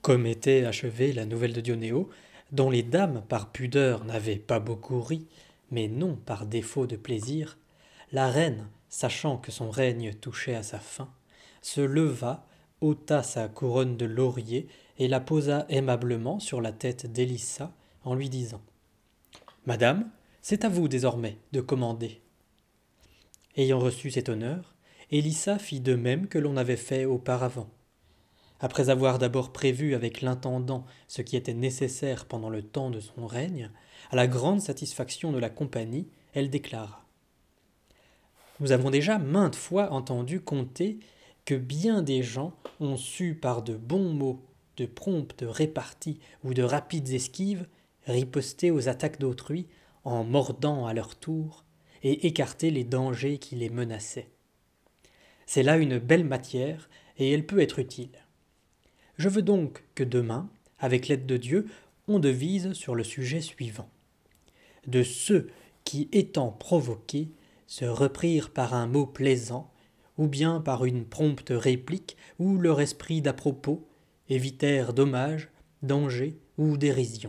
Comme était achevée la nouvelle de Dionéo, dont les dames par pudeur n'avaient pas beaucoup ri, mais non par défaut de plaisir, la reine, sachant que son règne touchait à sa fin, se leva, ôta sa couronne de laurier et la posa aimablement sur la tête d'Élissa en lui disant Madame, c'est à vous désormais de commander. Ayant reçu cet honneur, Élissa fit de même que l'on avait fait auparavant. Après avoir d'abord prévu avec l'intendant ce qui était nécessaire pendant le temps de son règne, à la grande satisfaction de la compagnie, elle déclara Nous avons déjà maintes fois entendu conter que bien des gens ont su par de bons mots, de promptes réparties ou de rapides esquives riposter aux attaques d'autrui en mordant à leur tour et écarter les dangers qui les menaçaient. C'est là une belle matière et elle peut être utile. Je veux donc que demain, avec l'aide de Dieu, on devise sur le sujet suivant. De ceux qui, étant provoqués, se reprirent par un mot plaisant, ou bien par une prompte réplique, ou leur esprit d'à propos, évitèrent dommages, dangers ou dérision.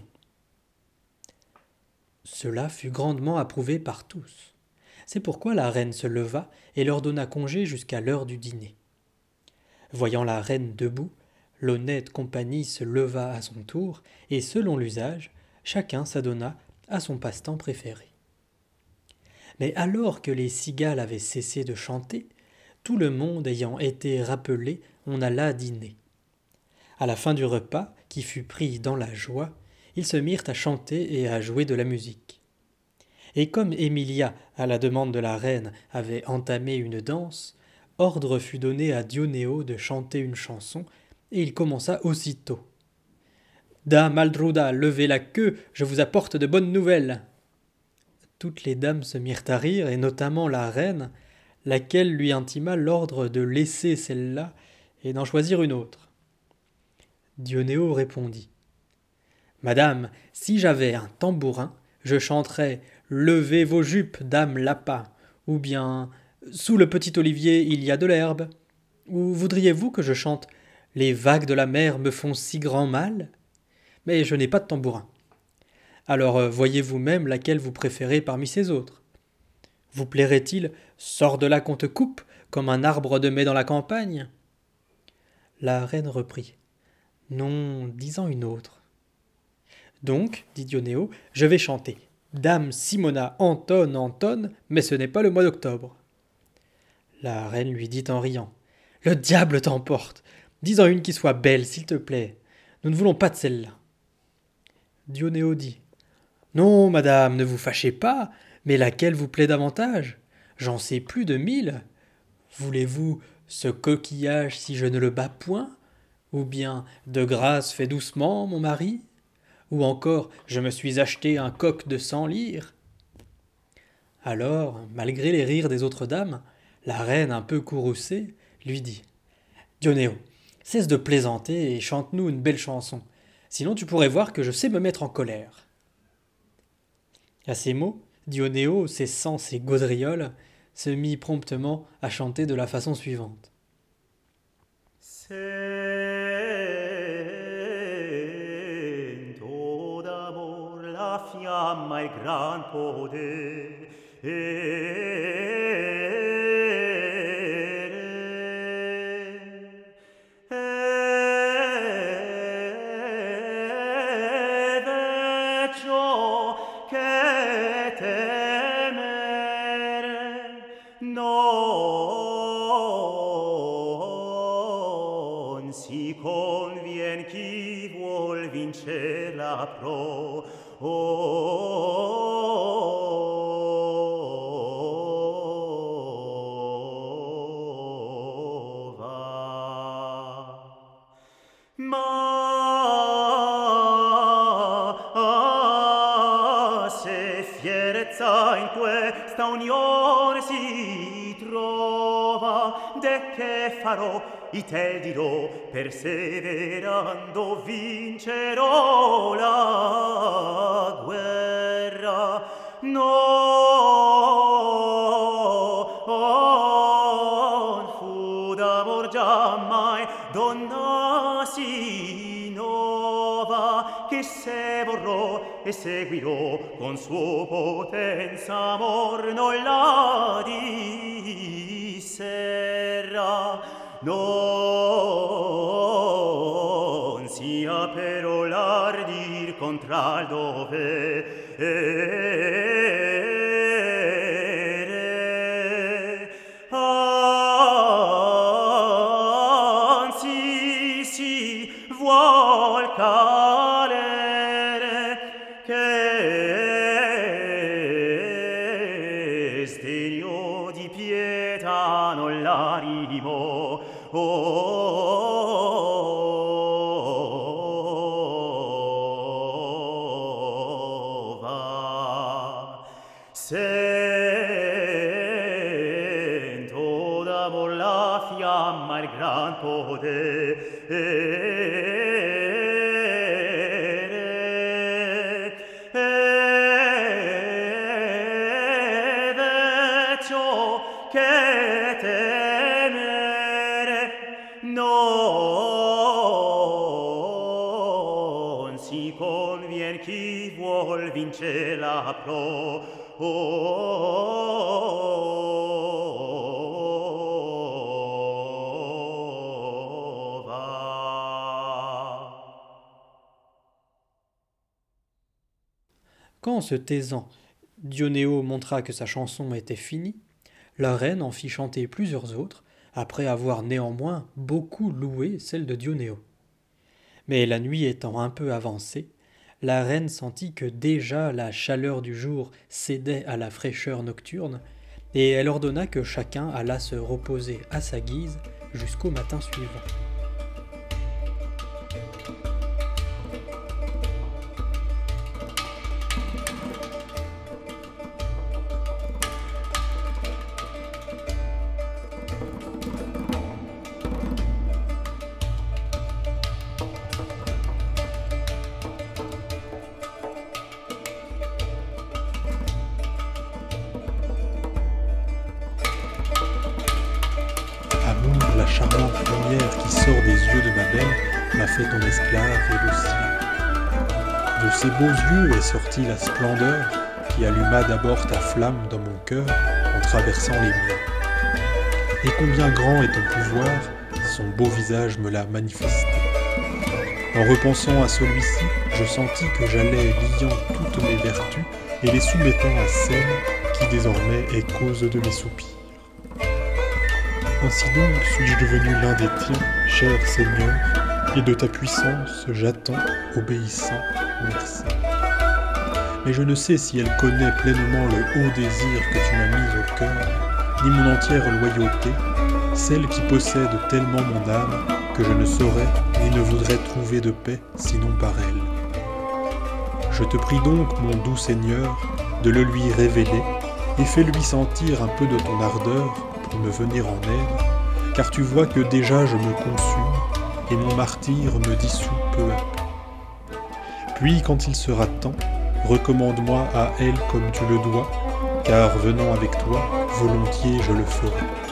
Cela fut grandement approuvé par tous. C'est pourquoi la reine se leva et leur donna congé jusqu'à l'heure du dîner. Voyant la reine debout, l'honnête compagnie se leva à son tour, et selon l'usage, chacun s'adonna à son passe-temps préféré. Mais alors que les cigales avaient cessé de chanter, tout le monde ayant été rappelé, on alla dîner. À la fin du repas, qui fut pris dans la joie, ils se mirent à chanter et à jouer de la musique. Et comme Emilia, à la demande de la reine, avait entamé une danse, ordre fut donné à Dionéo de chanter une chanson, et il commença aussitôt. Dame Aldrouda, levez la queue, je vous apporte de bonnes nouvelles. Toutes les dames se mirent à rire, et notamment la reine, laquelle lui intima l'ordre de laisser celle-là et d'en choisir une autre. Dionéo répondit. Madame, si j'avais un tambourin, je chanterais Levez vos jupes, dame Lapin, ou bien Sous le petit olivier il y a de l'herbe. Ou voudriez-vous que je chante Les vagues de la mer me font si grand mal? Mais je n'ai pas de tambourin. Alors voyez vous-même laquelle vous préférez parmi ces autres. Vous plairait-il Sors de là qu'on te coupe, comme un arbre de mai dans la campagne? La reine reprit. Non, dis-en une autre. Donc, dit Dionéo, je vais chanter. Dame Simona entonne, entonne, mais ce n'est pas le mois d'octobre. La reine lui dit en riant. Le diable t'emporte. Dis-en une qui soit belle, s'il te plaît. Nous ne voulons pas de celle-là. Dionéo dit. Non, madame, ne vous fâchez pas, mais laquelle vous plaît davantage? J'en sais plus de 1000. Voulez-vous ce coquillage si je ne le bats point? Ou bien de grâce fais doucement, mon mari? Ou encore je me suis acheté un coq de 100 livres? Alors, malgré les rires des autres dames, la reine un peu courroucée lui dit Dionéo, cesse de plaisanter et chante-nous une belle chanson, sinon tu pourrais voir que je sais me mettre en colère. À ces mots, Dionéo, cessant ses gaudrioles, se mit promptement à chanter de la façon suivante. Sento d'amor la fiamma e il gran potere ed è ciò che temere non si convien chi vuol vincer la prova. Ma se fierezza in questa unione si trova, de che farò, i te dirò, perseverando vincerò la guerra. Non fu da d'amor giammai donna si nova che se vorrò e seguirò con suo potenza amor non la disserra non sia però l'ardir contra il dovere anzi si vuol calere che sdegno di pietà non l'arimo sento d'amor la fiamma il gran potere ed è ciò che temere non si convien chi vuol vince la prova Quand, se taisant, Dionéo montra que sa chanson était finie, la reine en fit chanter plusieurs autres, après avoir néanmoins beaucoup loué celle de Dionéo. Mais la nuit étant un peu avancée, la reine sentit que déjà la chaleur du jour cédait à la fraîcheur nocturne, et elle ordonna que chacun allât se reposer à sa guise jusqu'au matin suivant. La charmante lumière qui sort des yeux de ma belle m'a fait ton esclave et le sien. De ces beaux yeux est sortie la splendeur qui alluma d'abord ta flamme dans mon cœur en traversant les miens. Et combien grand est ton pouvoir, son beau visage me l'a manifesté. En repensant à celui-ci, je sentis que j'allais liant toutes mes vertus et les soumettant à celle qui désormais est cause de mes soupirs. Ainsi donc suis-je devenu l'un des tiens, cher Seigneur, et de ta puissance j'attends, obéissant, merci. Mais je ne sais si elle connaît pleinement le haut désir que tu m'as mis au cœur, ni mon entière loyauté, celle qui possède tellement mon âme que je ne saurais ni ne voudrais trouver de paix sinon par elle. Je te prie donc, mon doux Seigneur, de le lui révéler, et fais-lui sentir un peu de ton ardeur pour me venir en aide, car tu vois que déjà je me consume, et mon martyre me dissout peu à peu. Puis, quand il sera temps, recommande-moi à elle comme tu le dois, car venant avec toi, volontiers je le ferai.